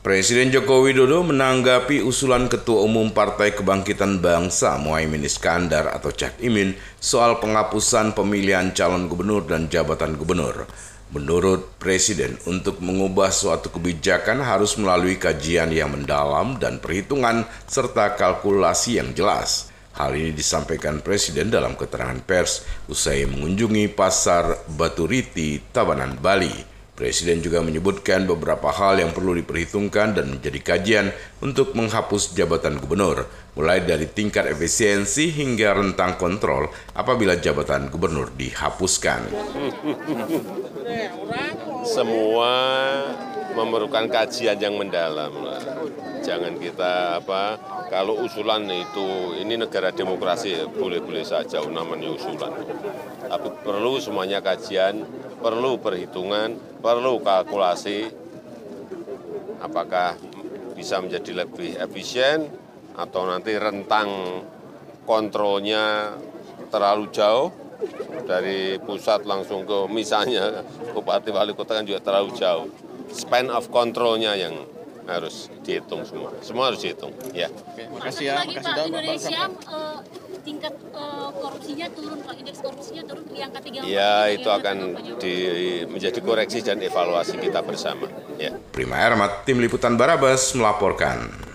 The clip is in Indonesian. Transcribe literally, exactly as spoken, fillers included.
Presiden Joko Widodo menanggapi usulan Ketua Umum Partai Kebangkitan Bangsa Muhaimin Iskandar atau Cak Imin soal penghapusan pemilihan calon gubernur dan jabatan gubernur. Menurut Presiden, untuk mengubah suatu kebijakan harus melalui kajian yang mendalam dan perhitungan serta kalkulasi yang jelas. Hal ini disampaikan Presiden dalam keterangan pers usai mengunjungi Pasar Baturiti, Tabanan, Bali. Presiden juga menyebutkan beberapa hal yang perlu diperhitungkan dan menjadi kajian untuk menghapus jabatan gubernur, mulai dari tingkat efisiensi hingga rentang kontrol apabila jabatan gubernur dihapuskan. Semua memerlukan kajian yang mendalam. Jangan kita apa, kalau usulan itu, ini negara demokrasi, boleh-boleh saja namanya usulan. Tapi perlu semuanya kajian, perlu perhitungan, perlu kalkulasi, apakah bisa menjadi lebih efisien atau nanti rentang kontrolnya terlalu jauh, dari pusat langsung ke misalnya Bupati Wali Kota kan juga terlalu jauh. Span of control-nya yang harus dihitung semua. Semua harus dihitung. Ya. Oke, makasih ya. Lagi Pak, Indonesia uh, tingkat uh, korupsinya turun, Pak, indeks korupsinya turun di angka tiga. Ya, itu akan di, menjadi koreksi dan evaluasi kita bersama. Ya. Prima Ermat, Tim Liputan Barabas melaporkan.